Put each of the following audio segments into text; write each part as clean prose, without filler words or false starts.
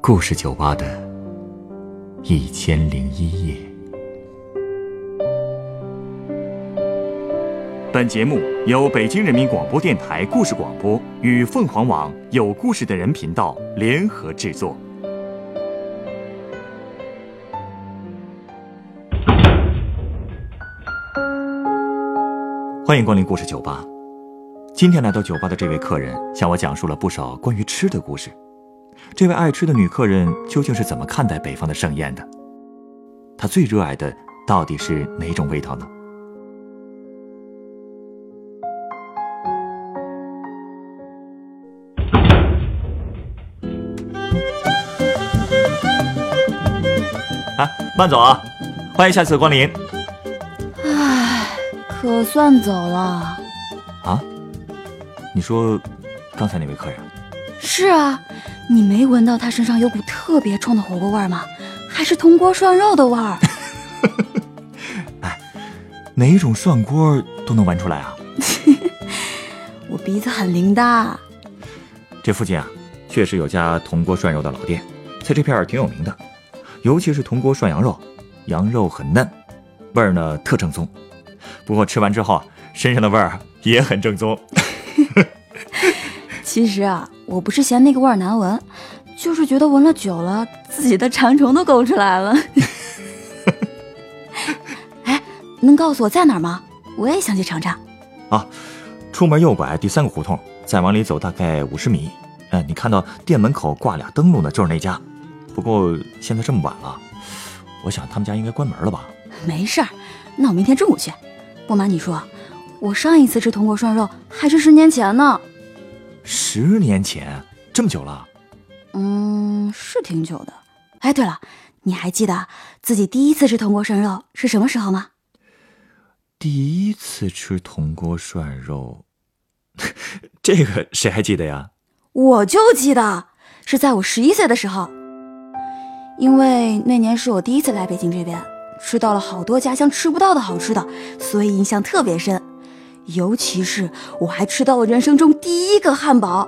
故事酒吧的1001夜。 本节目由北京人民广播电台故事广播与凤凰网有故事的人频道联合制作。欢迎光临故事酒吧。今天来到酒吧的这位客人向我讲述了不少关于吃的故事。这位爱吃的女客人究竟是怎么看待北方的盛宴的？她最热爱的到底是哪种味道呢？慢走啊，欢迎下次光临。 唉，可算走了。 啊？你说刚才那位客人？ 是啊，你没闻到他身上有股特别冲的火锅味吗？还是铜锅涮肉的味儿。 哎，哪种涮锅都能闻出来啊？ 我鼻子很灵的。 这附近啊，确实有家铜锅涮肉的老店，在这片挺有名的。尤其是铜锅涮羊肉，羊肉很嫩，味儿呢特正宗。不过吃完之后啊，身上的味儿也很正宗。 其实啊，我不是嫌那个味儿难闻，就是觉得闻了久了，自己的馋虫都勾出来了。哎，能告诉我在哪儿吗？我也想去尝尝。 啊，出门右拐第3个胡同，再往里走大概50米。你看到店门口挂俩灯笼的，就是那家。不过现在这么晚了，我想他们家应该关门了吧？ 没事儿，那我明天中午去。不瞒你说，我上一次吃铜锅涮肉还是10年前呢。 10年前？这么久了？ 是挺久的。哎，对了，你还记得自己第一次吃铜锅涮肉是什么时候吗？ 第一次吃铜锅涮肉，这个谁还记得呀？ 我就记得，是在我11岁的时候。因为那年是我第一次来北京这边，吃到了好多家乡吃不到的好吃的，所以印象特别深。尤其是我还吃到了人生中第1个汉堡。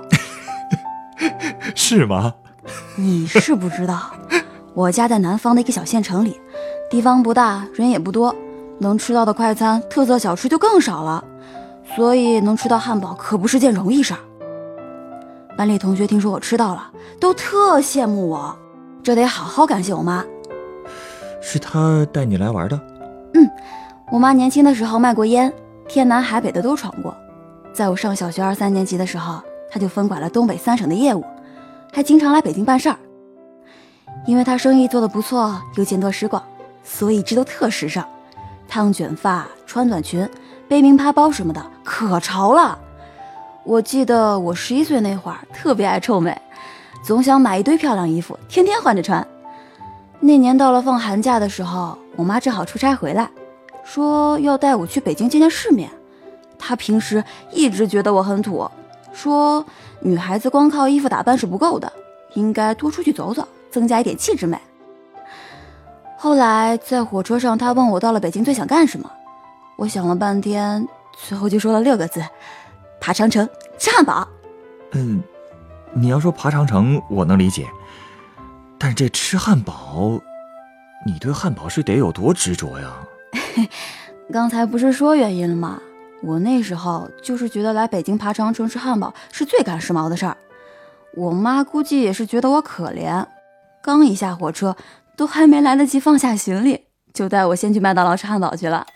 是吗？ 你是不知道，我家在南方的一个小县城里，地方不大，人也不多，能吃到的快餐特色小吃就更少了，所以能吃到汉堡可不是件容易事儿。班里同学听说我吃到了，都特羡慕我，这得好好感谢我妈。 是她带你来玩的？ 我妈年轻的时候卖过烟，天南海北的都闯过。在我上小学2、3年级的时候，她就分管了东北3省的业务，还经常来北京办事儿。因为她生意做得不错，又见多识广，所以一直都特时尚，烫卷发、穿短裙、背名牌包什么的，可潮了。我记得我11岁那会儿特别爱臭美，总想买一堆漂亮衣服，天天换着穿。那年到了放寒假的时候，我妈正好出差回来，说要带我去北京见见世面。她平时一直觉得我很土，说女孩子光靠衣服打扮是不够的，应该多出去走走，增加一点气质美。后来在火车上，她问我到了北京最想干什么，我想了半天，最后就说了6个字：爬长城，吃汉堡。 你要说爬长城我能理解，但是这吃汉堡，你对汉堡是得有多执着呀？ 刚才不是说原因了吗？我那时候就是觉得来北京爬长城吃汉堡是最赶时髦的事儿。我妈估计也是觉得我可怜，刚一下火车都还没来得及放下行李，就带我先去麦当劳吃汉堡去了。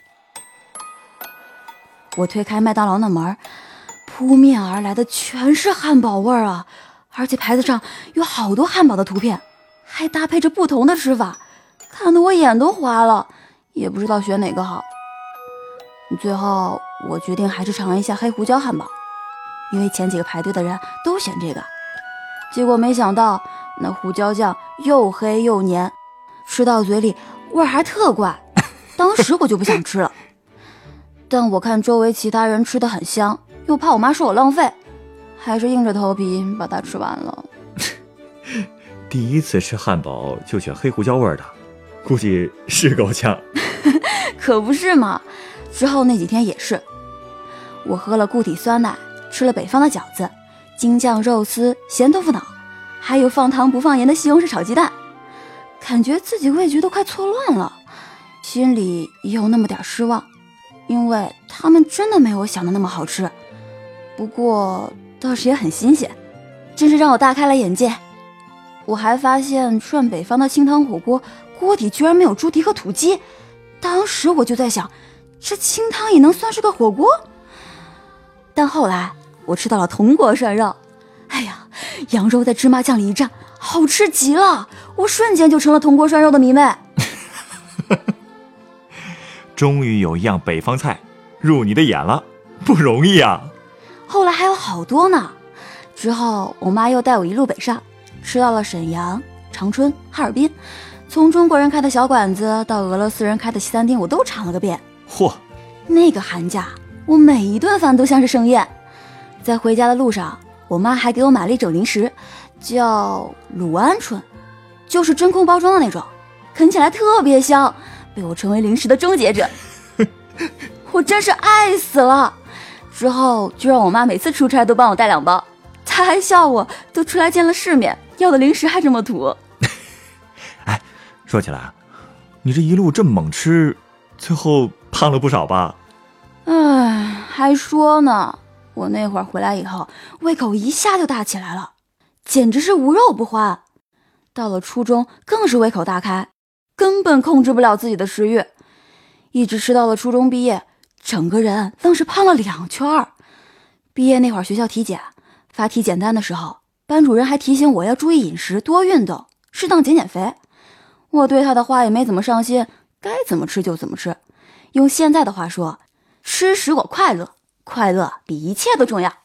我推开麦当劳的门，扑面而来的全是汉堡味儿啊，而且牌子上有好多汉堡的图片，还搭配着不同的吃法，看得我眼都花了，也不知道选哪个好。最后我决定还是尝一下黑胡椒汉堡，因为前几个排队的人都选这个。结果没想到那胡椒酱又黑又黏，吃到嘴里味儿还特怪，当时我就不想吃了。但我看周围其他人吃得很香，又怕我妈说我浪费，还是硬着头皮把它吃完了。 第一次吃汉堡就选黑胡椒味的，估计是够呛。 可不是嘛，之后那几天也是，我喝了固体酸奶，吃了北方的饺子、京酱肉丝、咸豆腐脑， 还有放糖不放盐的西红柿炒鸡蛋，感觉自己味觉都快错乱了，心里也有那么点失望，因为他们真的没有我想的那么好吃。不过倒是也很新鲜，真是让我大开了眼界。我还发现涮北方的清汤火锅锅底居然没有猪蹄和土鸡，当时我就在想，这清汤也能算是个火锅？但后来我吃到了铜锅涮肉，哎呀，羊肉在芝麻酱里一蘸，好吃极了，我瞬间就成了铜锅涮肉的迷妹。 终于有一样北方菜入你的眼了，不容易啊。 后来还有好多呢，之后我妈又带我一路北上，吃到了沈阳、长春、哈尔滨，从中国人开的小馆子到俄罗斯人开的西餐厅，我都尝了个遍。 嚯， 那个寒假我每一顿饭都像是盛宴。在回家的路上，我妈还给我买了一种零食，叫卤鹌鹑，就是真空包装的那种，啃起来特别香，被我称为零食的终结者。我真是爱死了。之后就让我妈每次出差都帮我带2包，她还笑我都出来见了世面，要的零食还这么土。 哎，说起来，你这一路这么猛吃，最后胖了不少吧？ 哎，还说呢，我那会儿回来以后，胃口一下就大起来了，简直是无肉不欢。到了初中更是胃口大开，根本控制不了自己的食欲，一直吃到了初中毕业，整个人愣是胖了2圈。毕业那会儿学校体检发体检单的时候，班主任还提醒我要注意饮食，多运动，适当减肥。我对他的话也没怎么上心，该怎么吃就怎么吃。用现在的话说，吃使我快乐，快乐比一切都重要。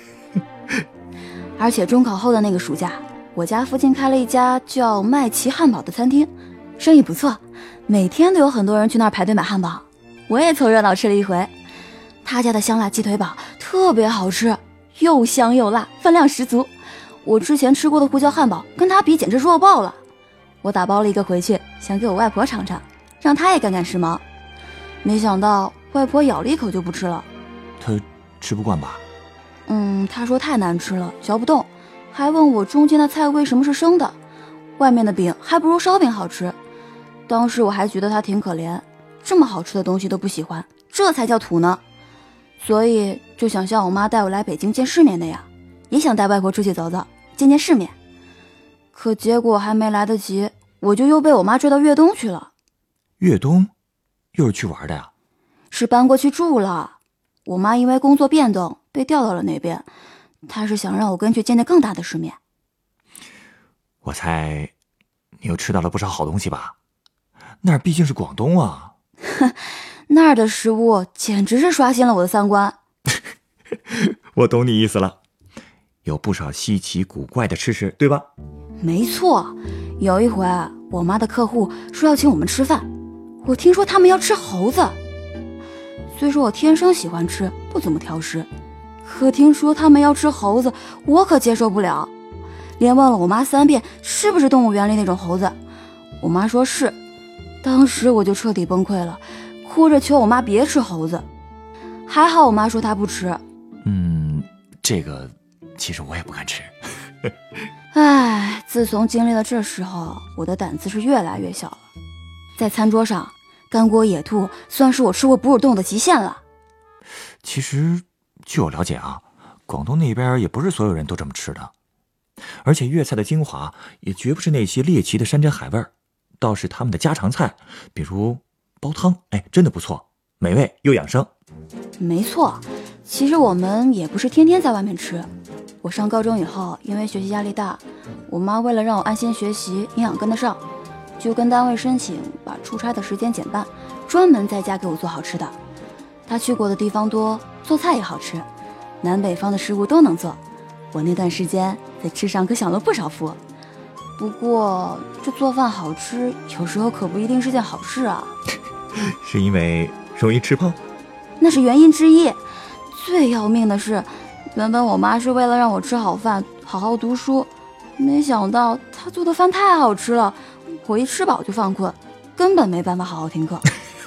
而且中考后的那个暑假，我家附近开了一家叫麦奇汉堡的餐厅，生意不错，每天都有很多人去那儿排队买汉堡。我也凑热闹吃了一回，他家的香辣鸡腿堡特别好吃，又香又辣，分量十足。我之前吃过的胡椒汉堡跟他比简直弱爆了。我打包了一个回去，想给我外婆尝尝，让她也赶赶时髦。没想到外婆咬了一口就不吃了。 她吃不惯吧？ 她说太难吃了，嚼不动，还问我中间的菜为什么是生的，外面的饼还不如烧饼好吃。当时我还觉得她挺可怜，这么好吃的东西都不喜欢，这才叫土呢。所以就想像我妈带我来北京见世面那样，也想带外婆出去走走，见见世面。可结果还没来得及，我就又被我妈追到粤东去了。 粤东？又是去玩的呀？ 是搬过去住了。我妈因为工作变动被调到了那边，她是想让我跟去见见更大的世面。 我猜你又吃到了不少好东西吧？那儿毕竟是广东啊。 那儿的食物简直是刷新了我的三观。 我懂你意思了，有不少稀奇古怪的吃食，对吧？ 没错，有一回我妈的客户说要请我们吃饭，我听说他们要吃猴子。虽说我天生喜欢吃，不怎么挑食，可听说他们要吃猴子，我可接受不了，连问了我妈3遍是不是动物园里那种猴子。我妈说是，当时我就彻底崩溃了，哭着求我妈别吃猴子。还好我妈说她不吃。 这个其实我也不敢吃。 唉，自从经历了这时候，我的胆子是越来越小了。在餐桌上，干锅野兔算是我吃过哺乳动物的极限了。 其实据我了解啊，广东那边也不是所有人都这么吃的，而且粤菜的精华也绝不是那些猎奇的山珍海味，倒是他们的家常菜，比如煲汤，真的不错，美味又养生。 没错，其实我们也不是天天在外面吃。我上高中以后，因为学习压力大，我妈为了让我安心学习，营养跟得上，就跟单位申请把出差的时间减半，专门在家给我做好吃的。她去过的地方多，做菜也好吃，南北方的食物都能做。我那段时间在吃上可享了不少福。不过这做饭好吃，有时候可不一定是件好事啊。 是因为容易吃胖？ 那是原因之一。最要命的是，原本我妈是为了让我吃好饭，好好读书，没想到她做的饭太好吃了，我一吃饱就犯困，根本没办法好好听课。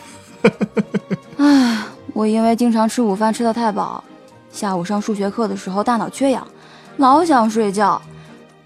唉，我因为经常吃午饭吃得太饱，下午上数学课的时候大脑缺氧，老想睡觉，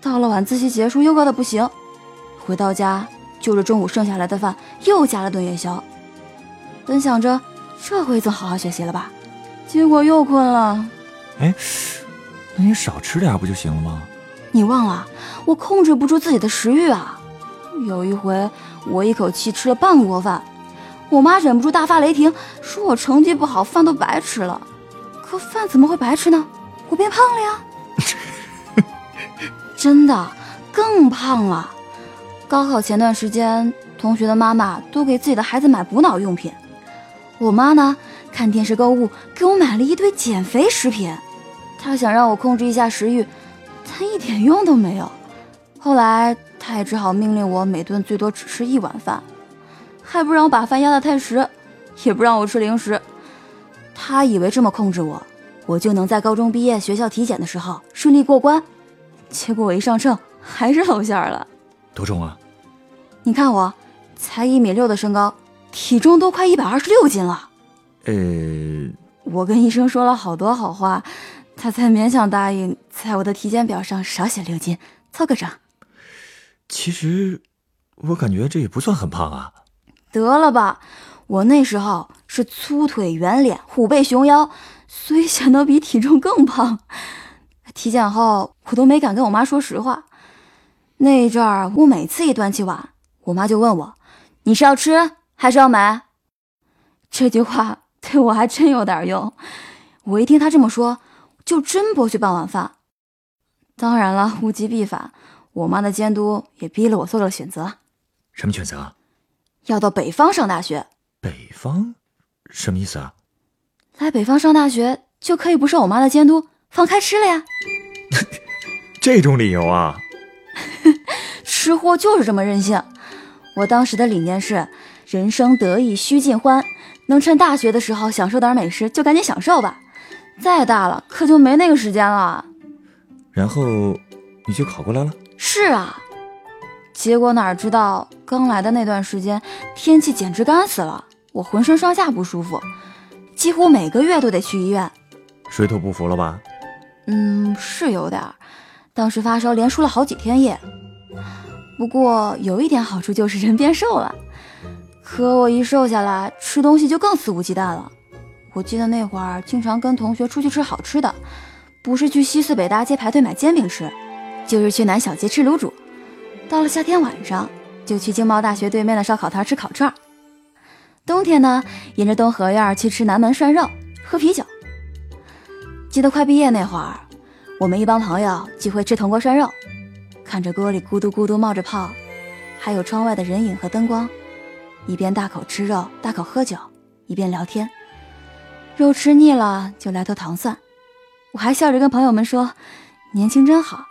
到了晚自习结束又饿得不行，回到家就着中午剩下来的饭又加了顿夜宵。本想着这回总好好学习了吧，结果又困了。 哎，那你少吃点不就行了吗？ 你忘了，我控制不住自己的食欲啊。有一回我一口气吃了半锅饭，我妈忍不住大发雷霆，说我成绩不好，饭都白吃了。可饭怎么会白吃呢？我变胖了呀。真的更胖了。高考前段时间，同学的妈妈都给自己的孩子买补脑用品，我妈呢看电视购物，给我买了一堆减肥食品。她想让我控制一下食欲，但一点用都没有。后来她也只好命令我每顿最多只吃1碗饭，还不让我把饭压得太实，也不让我吃零食。她以为这么控制我，我就能在高中毕业学校体检的时候顺利过关。结果我一上秤还是露馅了。 多重啊？ 你看我才1.6米的身高，体重都快126斤了。我跟医生说了好多好话，他才勉强答应在我的体检表上少写6斤，凑个整。 其实我感觉这也不算很胖啊。 得了吧，我那时候是粗腿圆脸虎背熊腰，所以显得比体重更胖。体检后我都没敢跟我妈说实话。那一阵儿我每次一端起碗，我妈就问我，你是要吃还是要买？这句话对我还真有点用。我一听她这么说，就真剥去半碗饭。当然了，物极必反，我妈的监督也逼了我做了选择。 什么选择？ 要到北方上大学。 北方？什么意思啊？ 来北方上大学就可以不受我妈的监督，放开吃了呀。 这种理由啊？ 吃货就是这么任性。我当时的理念是，人生得意须尽欢，能趁大学的时候享受点美食就赶紧享受吧，再大了可就没那个时间了。 然后你就考过来了？ 是啊，结果哪知道刚来的那段时间天气简直干死了，我浑身上下不舒服，几乎每个月都得去医院。 水土不服了吧？ 是有点，当时发烧连输了好几天夜。不过有一点好处就是人变瘦了，可我一瘦下来吃东西就更肆无忌惮了。我记得那会儿经常跟同学出去吃好吃的，不是去西四北大街排队买煎饼吃，就是去南小街吃卤煮，到了夏天晚上就去经贸大学对面的烧烤摊吃烤串，冬天呢沿着东河院去吃南门涮肉喝啤酒。记得快毕业那会儿，我们一帮朋友聚会吃铜锅涮肉，看着锅里咕嘟咕嘟冒着泡，还有窗外的人影和灯光，一边大口吃肉大口喝酒，一边聊天。肉吃腻了就来头糖蒜，我还笑着跟朋友们说，年轻真好。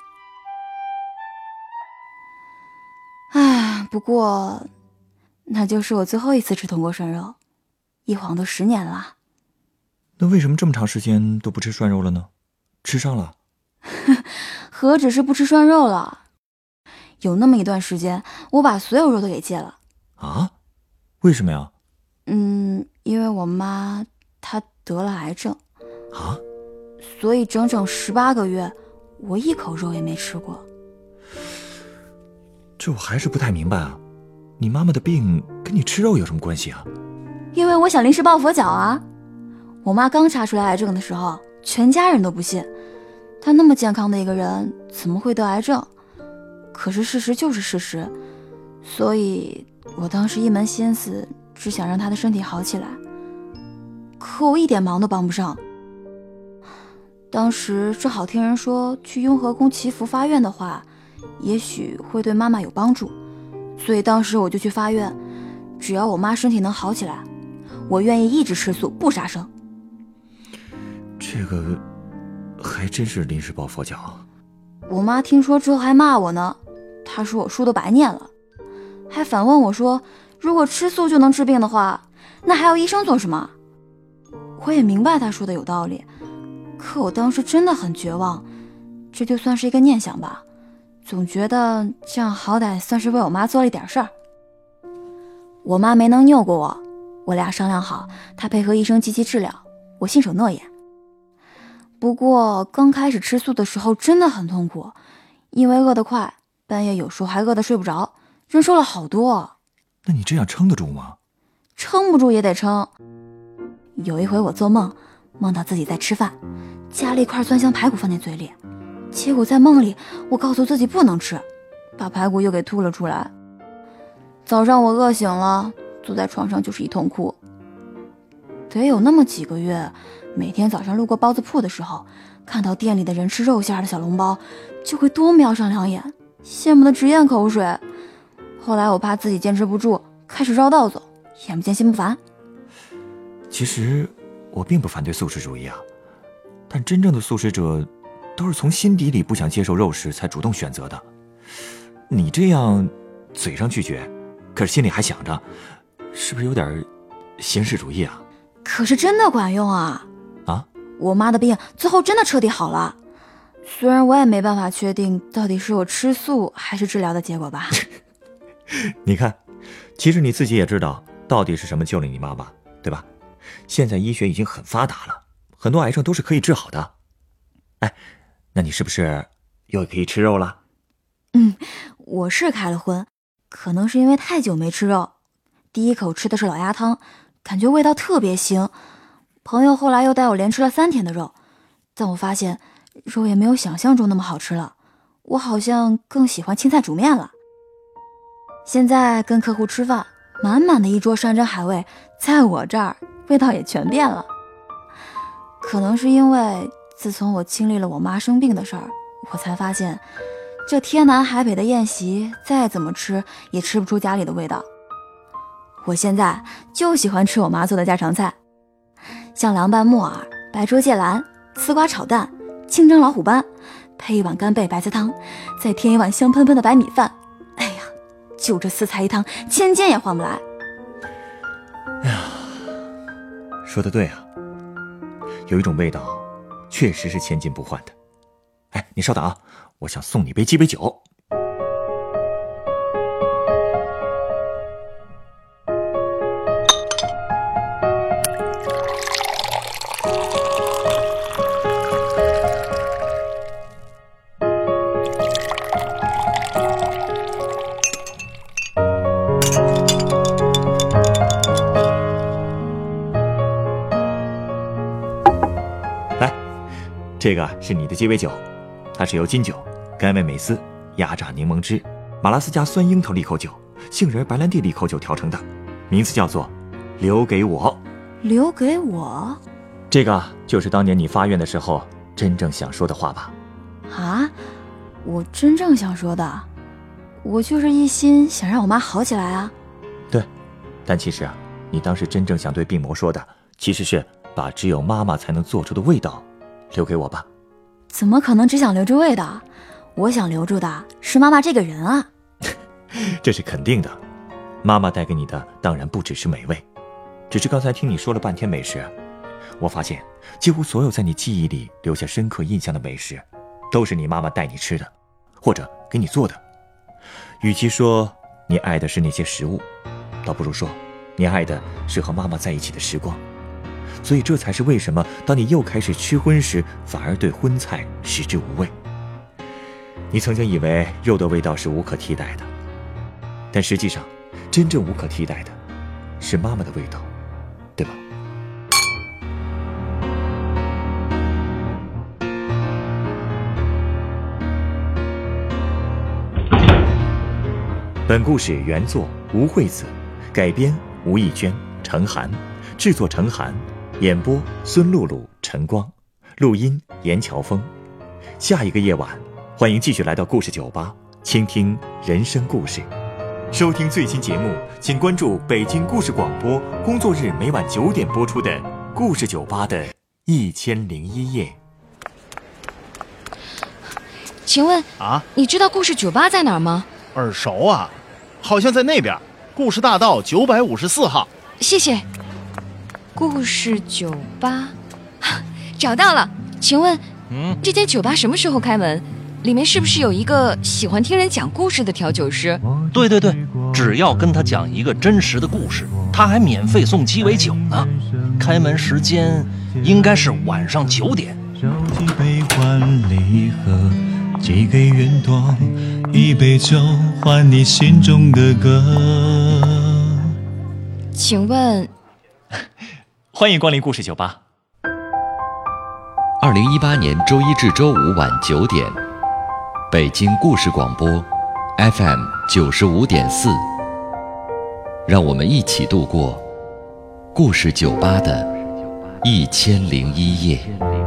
不过那就是我最后一次吃铜锅涮肉，一晃都10年了。 那为什么这么长时间都不吃涮肉了呢？吃上了？ 何止是不吃涮肉了，有那么一段时间我把所有肉都给戒了。 啊？为什么呀？ 因为我妈她得了癌症啊， 所以整整18个月我一口肉也没吃过。 这我还是不太明白啊，你妈妈的病跟你吃肉有什么关系啊？ 因为我想临时抱佛脚啊。我妈刚查出来癌症的时候，全家人都不信，她那么健康的一个人怎么会得癌症？可是事实就是事实，所以我当时一门心思只想让她的身体好起来，可我一点忙都帮不上。当时正好听人说去雍和宫祈福发愿的话，也许会对妈妈有帮助，所以当时我就去发愿，只要我妈身体能好起来，我愿意一直吃素不杀生。 这个还真是临时抱佛脚。 我妈听说之后还骂我呢，她说我书都白念了，还反问我说，如果吃素就能治病的话，那还要医生做什么？我也明白她说的有道理，可我当时真的很绝望，这就算是一个念想吧，总觉得这样好歹算是为我妈做了一点事儿。我妈没能拗过我，我俩商量好，她配合医生积极治疗，我信守诺言。不过刚开始吃素的时候真的很痛苦， 因为饿得快，半夜有时候还饿得睡不着，人瘦了好多。 那你这样撑得住吗？ 撑不住也得撑。有一回我做梦，梦到自己在吃饭，夹了一块酸香排骨放进嘴里，结果在梦里我告诉自己不能吃，把排骨又给吐了出来。早上我饿醒了，坐在床上就是一通哭。得有那么几个月，每天早上路过包子铺的时候，看到店里的人吃肉馅的小笼包，就会多瞄上两眼，羡慕的直咽口水。后来我怕自己坚持不住，开始绕道走，眼不见心不烦。 其实我并不反对素食主义啊，但真正的素食者都是从心底里不想接受肉食才主动选择的。你这样嘴上拒绝，可是心里还想着，是不是有点形式主义啊？ 可是真的管用啊！ 啊？ 我妈的病最后真的彻底好了，虽然我也没办法确定到底是我吃素还是治疗的结果吧。 你看，其实你自己也知道到底是什么救了你妈妈，对吧？现在医学已经很发达了，很多癌症都是可以治好的。哎，那你是不是又可以吃肉了？ 我是开了荤，可能是因为太久没吃肉，第一口吃的是老鸭汤，感觉味道特别腥。朋友后来又带我连吃了3天的肉，但我发现肉也没有想象中那么好吃了，我好像更喜欢青菜煮面了。现在跟客户吃饭，满满的一桌山珍海味，在我这儿味道也全变了。可能是因为自从我经历了我妈生病的事儿，我才发现这天南海北的宴席再怎么吃也吃不出家里的味道。我现在就喜欢吃我妈做的家常菜，像凉拌木耳、白灼芥蓝、丝瓜炒蛋、清蒸老虎斑，配一碗干贝白菜汤，再添一碗香喷喷的白米饭。哎呀，就这4菜1汤，千金也换不来。 哎呀，说得对啊，有一种味道确实是千金不换的。哎，你稍等啊，我想送你杯鸡尾酒。来，这个是你的鸡尾酒，它是由金酒、甘味美思、压榨柠檬汁、马拉斯加酸樱桃利口酒、杏仁白兰地利口酒调成的，名字叫做留给我。 留给我？ 这个就是当年你发愿的时候真正想说的话吧？ 啊，我真正想说的，我就是一心想让我妈好起来啊。 对，但其实啊，你当时真正想对病魔说的，其实是把只有妈妈才能做出的味道留给我吧。 怎么可能只想留住味道？我想留住的是妈妈这个人啊。 这是肯定的，妈妈带给你的当然不只是美味，只是刚才听你说了半天美食，我发现几乎所有在你记忆里留下深刻印象的美食，都是你妈妈带你吃的，或者给你做的。与其说你爱的是那些食物，倒不如说你爱的是和妈妈在一起的时光。所以这才是为什么当你又开始吃荤时，反而对荤菜食之无味。你曾经以为肉的味道是无可替代的，但实际上真正无可替代的是妈妈的味道，对吧？本故事原作吴惠子，改编吴艺娟、程涵，制作程涵，演播孙露露、陈光，录音严乔峰。下一个夜晚，欢迎继续来到故事酒吧，倾听人生故事。收听最新节目，请关注北京故事广播，工作日每晚9点播出的故事酒吧的1001夜。 请问啊，你知道故事酒吧在哪儿吗？ 耳熟啊，好像在那边，故事大道954号。 谢谢。故事酒吧，找到了。请问，这间酒吧什么时候开门？里面是不是有一个喜欢听人讲故事的调酒师？ 对对对，只要跟他讲一个真实的故事，他还免费送鸡尾酒呢。开门时间应该是晚上9点。 收集悲欢离合， 寄给云朵，一杯酒换你心中的歌。 请问， 欢迎光临故事酒吧。 2018年周一至周五晚9点，北京故事广播 FM 95.4，让我们一起度过故事酒吧的1001夜。